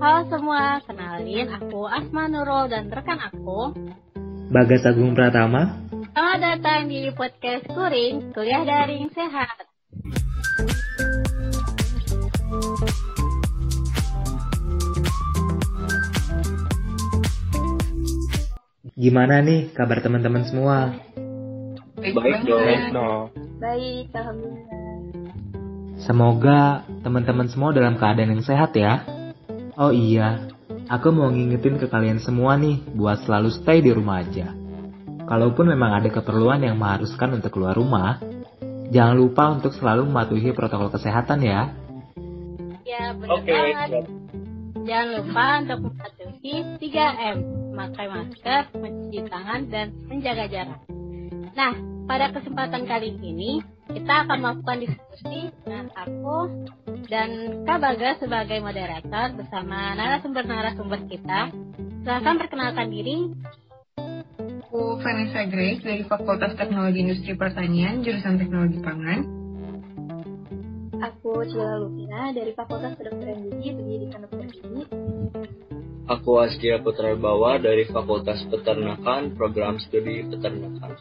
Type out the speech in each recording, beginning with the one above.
Halo semua, kenalin aku Asma Nurul dan rekan aku Bagas Agung Pratama. Selamat datang di podcast Kuring, Kuliah Daring Sehat. Gimana nih kabar teman-teman semua? Baik dong. Baik, alhamdulillah. Semoga teman-teman semua dalam keadaan yang sehat ya. Oh iya, aku mau ngingetin ke kalian semua nih buat selalu stay di rumah aja. Kalaupun memang ada keperluan yang mengharuskan untuk keluar rumah, jangan lupa untuk selalu mematuhi protokol kesehatan ya. Ya, benar banget. Jangan lupa untuk mematuhi 3M, memakai masker, mencuci tangan, dan menjaga jarak. Nah, pada kesempatan kali ini, kita akan melakukan diskusi dengan aku dan Kak Bagas sebagai moderator bersama narasumber-narasumber kita. Silahkan perkenalkan diri. Aku Vanessa Grace dari Fakultas Teknologi Industri Pertanian, jurusan Teknologi Pangan. Aku Cila Lupina dari Fakultas Kedokteran Gigi, Pendidikan Dokter Gigi. Aku Askia Putra Bawa dari Fakultas Peternakan, Program Studi Peternakan.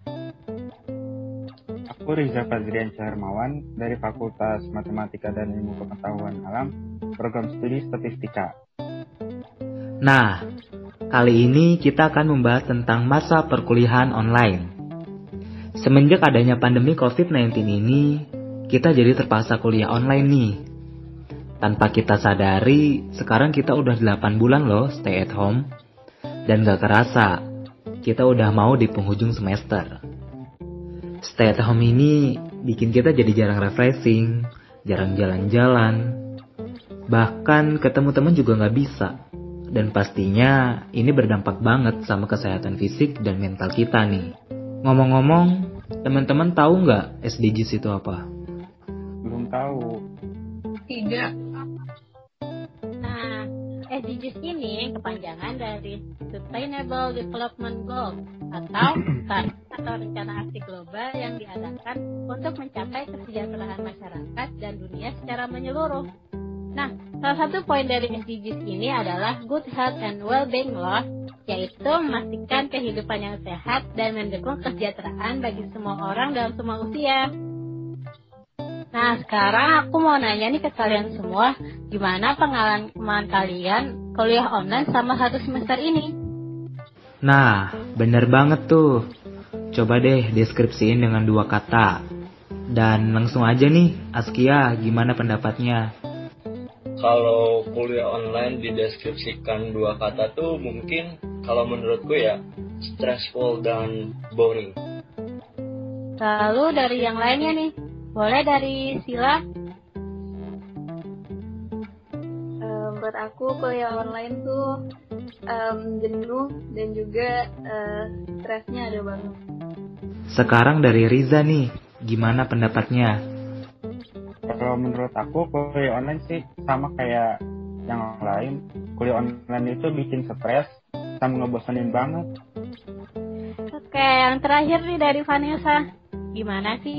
Aku Riza Fadrian Hermawan dari Fakultas Matematika dan Ilmu Pengetahuan Alam, Program Studi Statistika. Nah, kali ini kita akan membahas tentang masa perkuliahan online. Semenjak adanya pandemi COVID-19 ini, kita jadi terpaksa kuliah online nih. Tanpa kita sadari, sekarang kita udah 8 bulan loh stay at home. Dan gak kerasa, kita udah mau di penghujung semester. Stay at home ini bikin kita jadi jarang refreshing, jarang jalan-jalan. Bahkan ketemu teman juga gak bisa. Dan pastinya ini berdampak banget sama kesehatan fisik dan mental kita nih. Ngomong-ngomong, teman-teman tahu nggak SDGs itu apa? Belum tahu. Tidak. Nah, SDGs ini kepanjangan dari Sustainable Development Goals atau target atau rencana aksi global yang diadakan untuk mencapai kesejahteraan masyarakat dan dunia secara menyeluruh. Nah, salah satu poin dari SDGs ini adalah Good Health and Well-being Law, yaitu memastikan kehidupan yang sehat dan mendukung kesejahteraan bagi semua orang dalam semua usia. Nah, sekarang aku mau nanya nih ke kalian semua, gimana pengalaman kalian kuliah online sama satu semester ini? Nah, bener banget tuh. Coba deh deskripsiin dengan 2 kata. Dan langsung aja nih, Askia, gimana pendapatnya? Kalau kuliah online dideskripsikan 2 kata tuh mungkin kalau menurutku ya stressful dan boring. Lalu dari yang lainnya nih, boleh dari Sila? Buat aku kuliah online tuh jenuh dan juga stresnya ada banget. Sekarang dari Riza nih, gimana pendapatnya? Kalau menurut aku kuliah online sih sama kayak yang lain. Kuliah online itu bikin stres sama ngebosenin banget. Oke, yang terakhir nih dari Vanessa, gimana sih?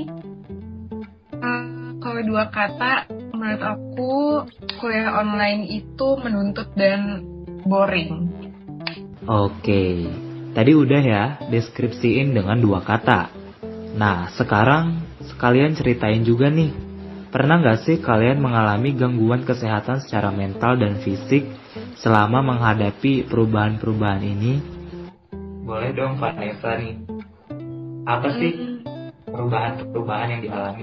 Kalau 2 kata, menurut aku kuliah online itu menuntut dan boring. Oke, tadi udah ya deskripsiin dengan 2 kata. Nah, sekarang sekalian ceritain juga nih. Pernah gak sih kalian mengalami gangguan kesehatan secara mental dan fisik selama menghadapi perubahan-perubahan ini? Boleh dong Vanessa nih. Apa sih perubahan-perubahan yang dialami?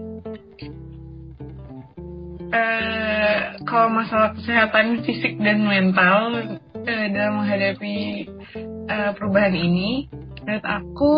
Kalau masalah kesehatan fisik dan mental dalam menghadapi perubahan ini, menurut aku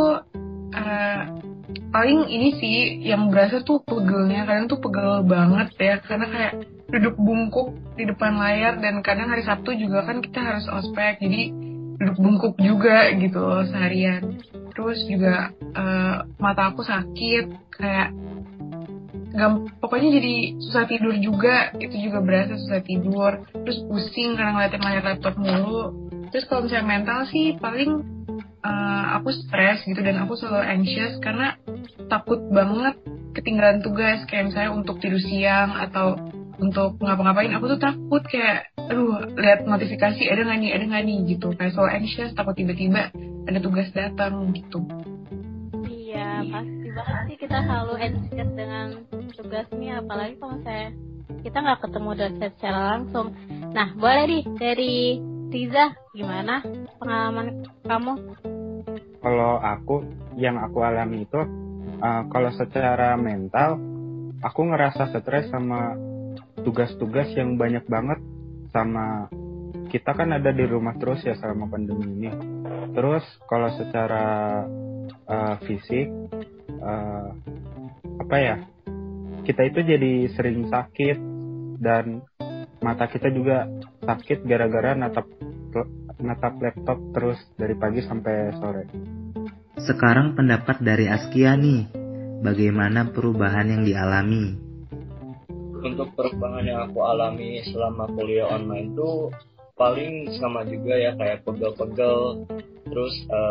paling ini sih yang berasa tuh pegelnya. Kadang tuh pegel banget ya, karena kayak duduk bungkuk di depan layar, dan kadang hari Sabtu juga kan kita harus ospek, jadi duduk bungkuk juga gitu loh seharian. Terus juga mata aku sakit, kayak pokoknya jadi susah tidur juga. Itu juga berasa susah tidur, terus pusing karena ngeliatin layar laptop mulu. Terus kalau misalnya mental sih paling aku stres gitu, dan aku selalu anxious karena takut banget ketinggalan tugas, kayak misalnya untuk tidur siang atau untuk ngapa-ngapain. Aku tuh takut kayak aduh, lihat notifikasi ada nggak nih gitu, kayak so anxious, takut tiba-tiba ada tugas datang gitu. Iya, pasti banget sih kita selalu anxious dengan tugas nih, apalagi kalau kita nggak ketemu dosen secara langsung. Nah, boleh nih dari Riza, gimana pengalaman kamu? Kalau yang aku alami itu, kalau secara mental, aku ngerasa stres sama tugas-tugas yang banyak banget, sama kita kan ada di rumah terus ya selama pandemi ini. Terus kalau secara fisik, kita itu jadi sering sakit dan mata kita juga sakit gara-gara natap laptop terus dari pagi sampai sore. Sekarang pendapat dari Askia nih, bagaimana perubahan yang dialami? Untuk perubahan yang aku alami selama kuliah online tuh paling sama juga ya, kayak pegel-pegel. Terus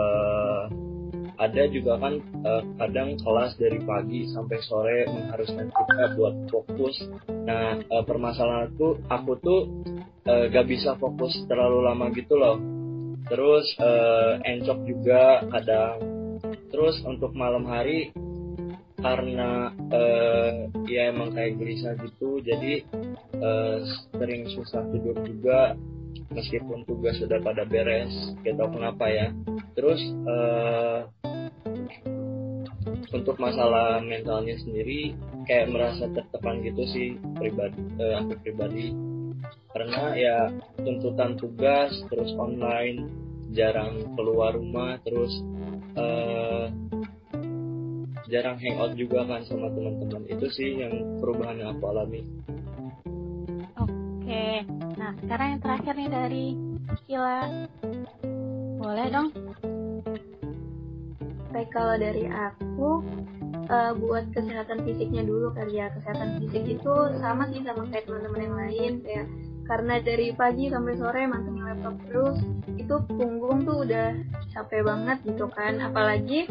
ada juga kan kadang kelas dari pagi sampai sore mengharuskan kita buat fokus. Nah, permasalahan aku tuh gak bisa fokus terlalu lama gitu loh. Terus encok juga kadang. Terus untuk malam hari karena ya emang kayak gelisah gitu, jadi sering susah tidur juga meskipun tugas sudah pada beres, gak tau kenapa ya. Terus untuk masalah mentalnya sendiri kayak merasa tertekan gitu sih aku pribadi, karena ya tuntutan tugas terus online, jarang keluar rumah, terus jarang hangout juga kan sama teman-teman. Itu sih yang perubahan yang aku alami. Oke, nah sekarang yang terakhir nih dari Kila, boleh dong? Baik, kalau dari aku buat kesehatan fisiknya dulu kali ya. Kesehatan fisik itu sama sih sama kayak teman-teman yang lain, kayak karena dari pagi sampai sore mantengin laptop terus, itu punggung tuh udah capek banget gitu kan. Apalagi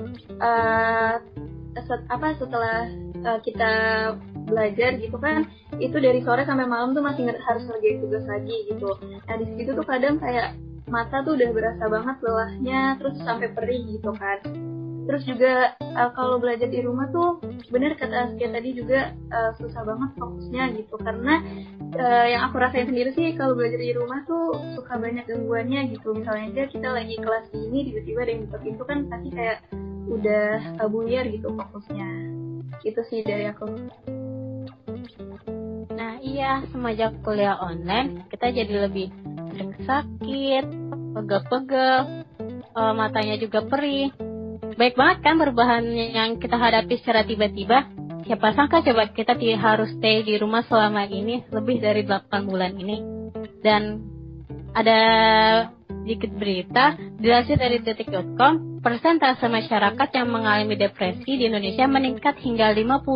setelah kita belajar gitu kan, itu dari sore sampai malam tuh masih harus ngerjain tugas lagi gitu. Nah di situ tuh kadang kayak mata tuh udah berasa banget lelahnya, terus sampai perih gitu kan. Terus juga kalau belajar di rumah tuh bener kata Askia tadi juga susah banget fokusnya gitu, karena yang aku rasain sendiri sih kalau belajar di rumah tuh suka banyak gangguannya gitu. Misalnya aja kita lagi kelas ini tiba-tiba ada yang buka pintu kan, pasti kayak udah buyar gitu fokusnya. Itu sih dari aku. Nah iya, semenjak kuliah online kita jadi lebih sering sakit, pegel-pegel, matanya juga perih. Baik banget kan perubahan yang kita hadapi secara tiba-tiba. Siapa sangka coba kita harus stay di rumah selama ini, lebih dari 8 bulan ini. Dan ada sedikit berita, dilansir dari detik.com, persentase masyarakat yang mengalami depresi di Indonesia meningkat hingga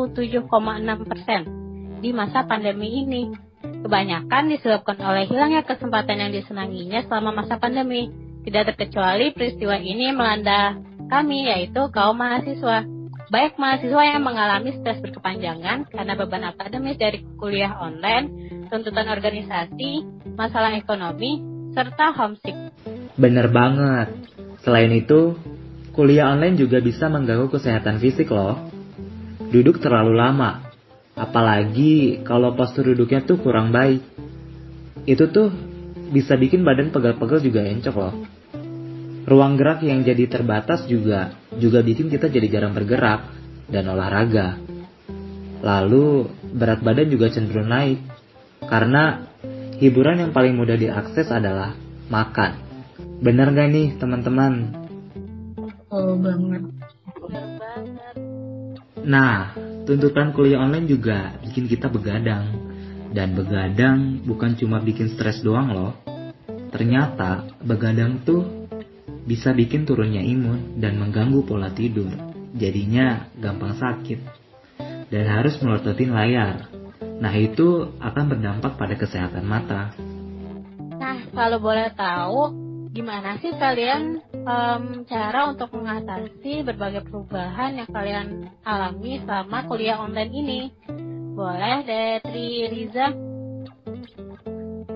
57,6% di masa pandemi ini. Kebanyakan disebabkan oleh hilangnya kesempatan yang disenanginya selama masa pandemi. Tidak terkecuali peristiwa ini melanda kami, yaitu kaum mahasiswa. Baik mahasiswa yang mengalami stres berkepanjangan karena beban akademis dari kuliah online, tuntutan organisasi, masalah ekonomi, serta homesick. Bener banget. Selain itu, kuliah online juga bisa mengganggu kesehatan fisik loh. Duduk terlalu lama, apalagi kalau postur duduknya tuh kurang baik. Itu tuh bisa bikin badan pegel-pegel juga encok loh. Ruang gerak yang jadi terbatas juga bikin kita jadi jarang bergerak dan olahraga. Lalu berat badan juga cenderung naik karena hiburan yang paling mudah diakses adalah makan. Bener gak nih teman-teman? Oh banget. Bener banget. Nah, tuntutan kuliah online juga bikin kita begadang. Dan begadang bukan cuma bikin stres doang loh. Ternyata begadang tuh bisa bikin turunnya imun dan mengganggu pola tidur. Jadinya gampang sakit dan harus melototin layar. Nah itu akan berdampak pada kesehatan mata. Nah kalau boleh tahu, gimana sih kalian cara untuk mengatasi berbagai perubahan yang kalian alami selama kuliah online ini? Boleh dari Riza?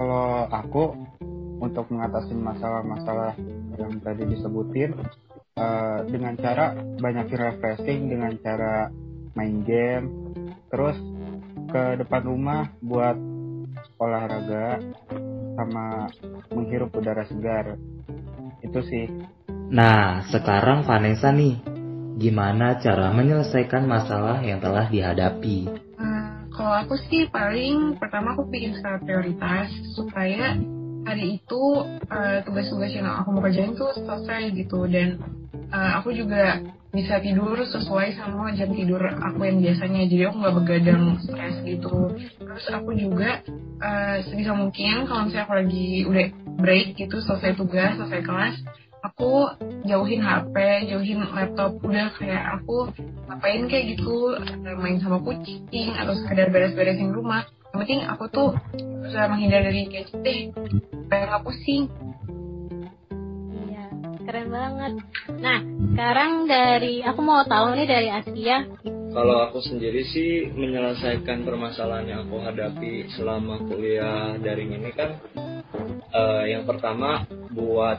Kalau aku untuk mengatasi masalah-masalah yang tadi disebutin dengan cara banyakin refreshing, dengan cara main game, terus ke depan rumah buat olahraga sama menghirup udara segar. Itu sih. Nah, sekarang Vanessa nih, gimana cara menyelesaikan masalah yang telah dihadapi? Kalau aku sih paling pertama aku bikin skala prioritas supaya hari itu tugas-tugas yang aku mau kerjain tuh selesai gitu, dan aku juga bisa tidur sesuai sama jam tidur aku yang biasanya, jadi aku nggak begadang stres gitu. Terus aku juga sebisa mungkin kalau misalnya aku lagi udah break gitu, selesai tugas, selesai kelas, aku jauhin HP, jauhin laptop, udah kayak aku ngapain kayak gitu, main sama kucing atau sekedar beres-beresin rumah. Yang penting aku tuh bisa menghindar dari gadget deh, supaya nggak pusing. Iya, keren banget. Nah, sekarang aku mau tahu nih dari Askia. Kalau aku sendiri sih menyelesaikan permasalahan yang aku hadapi selama kuliah daring ini kan, yang pertama buat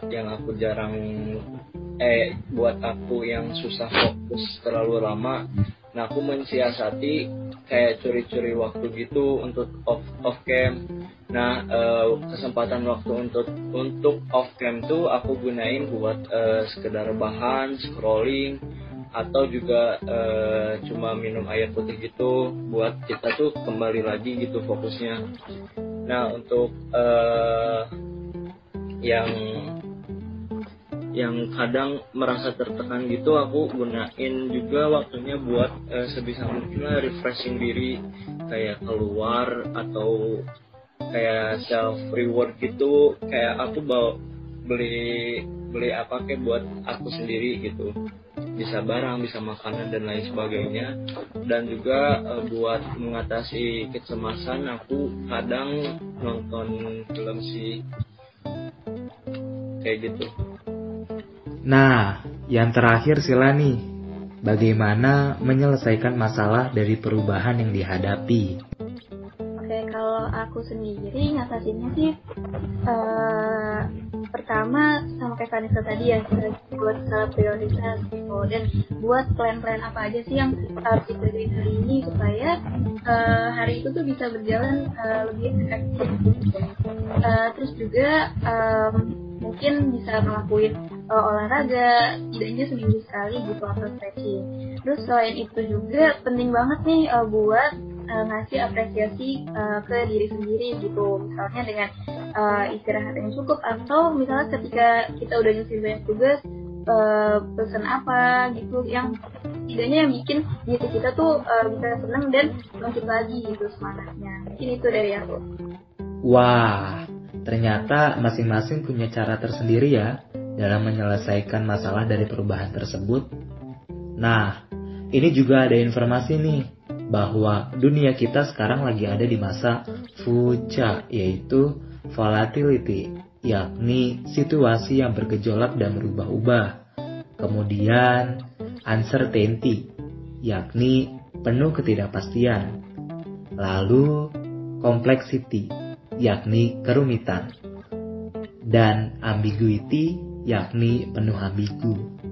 aku yang susah fokus terlalu lama, nah aku mensiasati kayak curi-curi waktu gitu untuk off cam. Nah, kesempatan waktu untuk off cam tuh aku gunain buat sekedar bahan, scrolling, atau juga cuma minum air putih gitu buat kita tuh kembali lagi gitu fokusnya. Nah, untuk yang kadang merasa tertekan gitu, aku gunain juga waktunya buat sebisa mungkin lah refreshing diri, kayak keluar atau kayak self reward gitu, kayak aku beli apa kayak buat aku sendiri gitu, bisa barang, bisa makanan dan lain sebagainya. Dan juga buat mengatasi kecemasan, aku kadang nonton film sih, kayak gitu. Nah, yang terakhir Sila nih, bagaimana menyelesaikan masalah dari perubahan yang dihadapi? Oke, kalau aku sendiri ngatasinnya sih pertama sama kayak Vanessa tadi ya, kita buat skala prioritas gitu, dan buat plan-plan apa aja sih yang harus dikerjain hari ini supaya hari itu tuh bisa berjalan lebih efektif gitu. Terus juga mungkin bisa ngelakuin olahraga setidaknya seminggu sekali gitu atau stretching. Terus selain itu juga penting banget nih buat ngasih apresiasi ke diri sendiri gitu, misalnya dengan istirahat yang cukup, atau misalnya ketika kita udah nyusun banyak tugas, pesan apa gitu yang setidaknya yang bikin diri kita tuh bisa seneng dan bangkit lagi gitu semangatnya. Mungkin itu dari aku. Wah, ternyata masing-masing punya cara tersendiri ya dalam menyelesaikan masalah dari perubahan tersebut. Nah, ini juga ada informasi nih bahwa dunia kita sekarang lagi ada di masa VUCA, yaitu volatility, yakni situasi yang bergejolak dan berubah-ubah. Kemudian uncertainty, yakni penuh ketidakpastian. Lalu complexity, yakni kerumitan. Dan ambiguity, yakni penuh ambigu.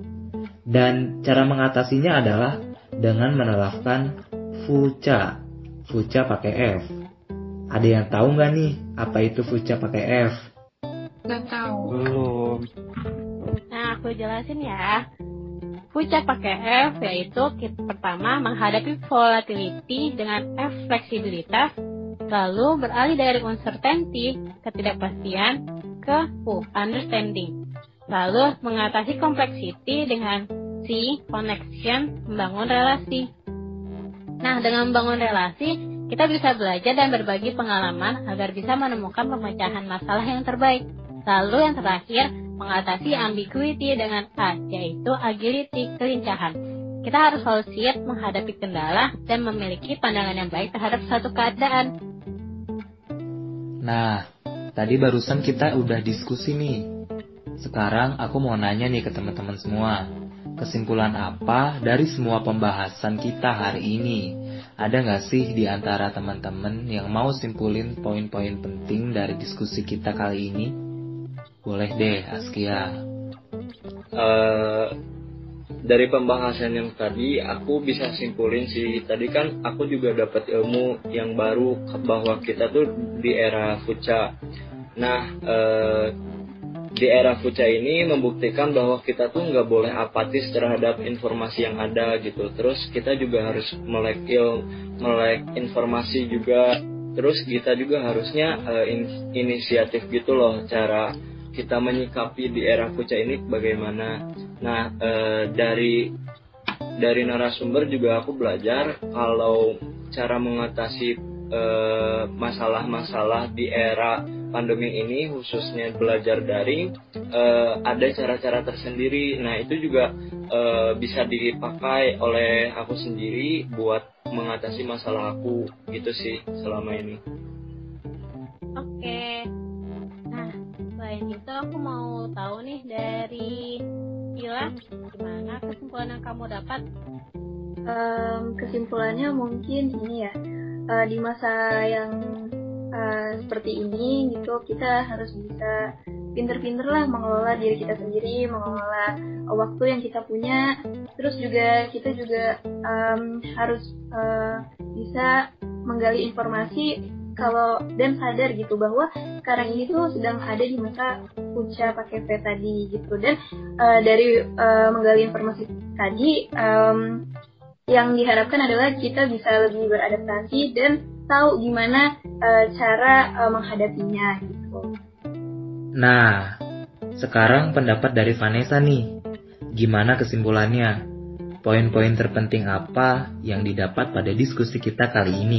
Dan cara mengatasinya adalah dengan menerapkan VUCA. VUCA pakai F. Ada yang tahu nggak nih apa itu VUCA pakai F? Nggak tahu. Belum. Nah, aku jelasin ya. VUCA pakai F yaitu pertama menghadapi volatility dengan F fleksibilitas, lalu beralih dari uncertainty, ketidakpastian, ke U understanding. Lalu mengatasi complexity dengan C connection, membangun relasi. Nah, dengan membangun relasi, kita bisa belajar dan berbagi pengalaman agar bisa menemukan pemecahan masalah yang terbaik. Lalu yang terakhir, mengatasi ambiguity dengan A, yaitu agility, kelincahan. Kita harus selalu siap menghadapi kendala dan memiliki pandangan yang baik terhadap suatu keadaan. Nah, tadi barusan kita udah diskusi nih. Sekarang aku mau nanya nih ke teman-teman semua. Kesimpulan apa dari semua pembahasan kita hari ini? ada nggak sih di antara teman-teman yang mau simpulin poin-poin penting dari diskusi kita kali ini? Boleh deh, Askia. Dari pembahasan yang tadi, aku bisa simpulin sih. Tadi kan aku juga dapat ilmu yang baru bahwa kita tuh di era fucha. Nah, di era fucha ini membuktikan bahwa kita tuh nggak boleh apatis terhadap informasi yang ada gitu. Terus kita juga harus melek informasi juga. Terus kita juga harusnya inisiatif gitu loh, cara kita menyikapi di era fucha ini bagaimana. Nah, dari narasumber juga aku belajar kalau cara mengatasi masalah-masalah di era pandemi ini, khususnya belajar daring, ada cara-cara tersendiri. Nah, itu juga bisa dipakai oleh aku sendiri buat mengatasi masalah aku gitu sih selama ini. Oke. Nah, selain itu aku mau tahu nih dari Ila, gimana kesimpulan yang kamu dapat? Kesimpulannya mungkin ini ya, di masa yang seperti ini gitu, kita harus bisa pinter-pinter lah mengelola diri kita sendiri, mengelola waktu yang kita punya. Terus juga kita juga harus bisa menggali informasi dan sadar gitu bahwa sekarang ini tuh sedang ada di masa fucha pakai V tadi gitu. Dan dari menggali informasi tadi, yang diharapkan adalah kita bisa lebih beradaptasi dan tahu gimana cara menghadapinya gitu. Nah, sekarang pendapat dari Vanessa nih. Gimana kesimpulannya? Poin-poin terpenting apa yang didapat pada diskusi kita kali ini?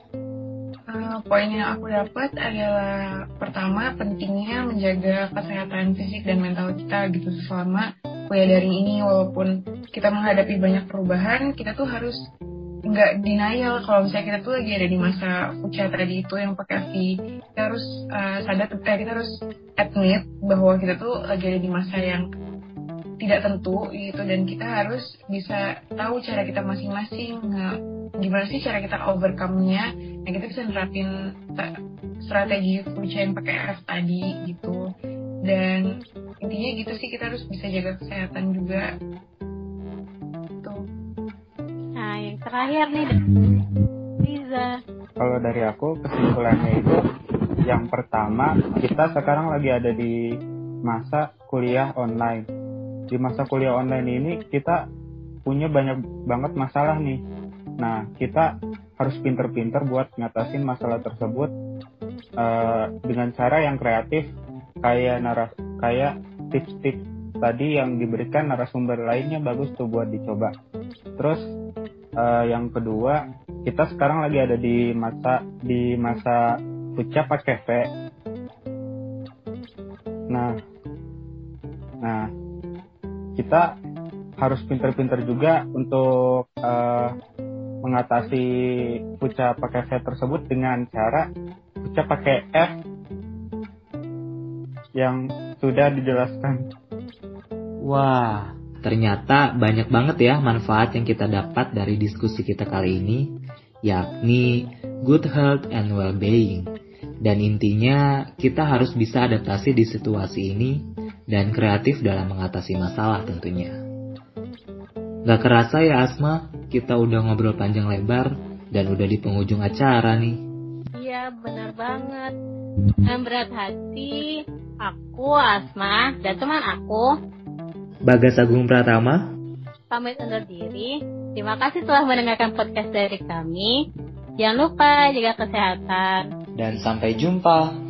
Poin yang aku dapat adalah pertama, pentingnya menjaga kesehatan fisik dan mental kita gitu selama kuliah daring ini. Walaupun kita menghadapi banyak perubahan, kita tuh harus nggak denial kalau misalnya kita tuh lagi ada di masa fucha tadi itu yang pakai V. Kita harus sadar, kita harus admit bahwa kita tuh lagi ada di masa yang tidak tentu gitu, dan kita harus bisa tahu cara kita masing-masing, gimana sih cara kita overcome-nya. Nah, kita bisa nerapin strategi fucha yang pakai F tadi gitu. Dan intinya gitu sih, kita harus bisa jaga kesehatan juga. Tuh. Nah, yang terakhir nih, Riza. Kalau dari aku, kesimpulannya itu yang pertama, kita sekarang lagi ada di masa kuliah online. Di masa kuliah online ini kita punya banyak banget masalah nih. Nah, kita harus pinter-pinter buat ngatasin masalah tersebut dengan cara yang kreatif, kayak tips-tips tadi yang diberikan narasumber lainnya, bagus tuh buat dicoba. Terus yang kedua, kita sekarang lagi ada di masa fucha pakai V. Nah, kita harus pinter-pinter juga untuk mengatasi fucha pakai V tersebut dengan cara fucha pakai F yang sudah dijelaskan. Wah, ternyata banyak banget ya manfaat yang kita dapat dari diskusi kita kali ini, yakni good health and well-being. Dan intinya kita harus bisa adaptasi di situasi ini dan kreatif dalam mengatasi masalah tentunya. Gak kerasa ya Asma, kita udah ngobrol panjang lebar dan udah di penghujung acara nih. Iya, benar banget. Berat hati, aku Asma dan teman aku Bagas Agung Pratama pamit undur diri. Terima kasih telah mendengarkan podcast dari kami. Jangan lupa jaga kesehatan. dan sampai jumpa.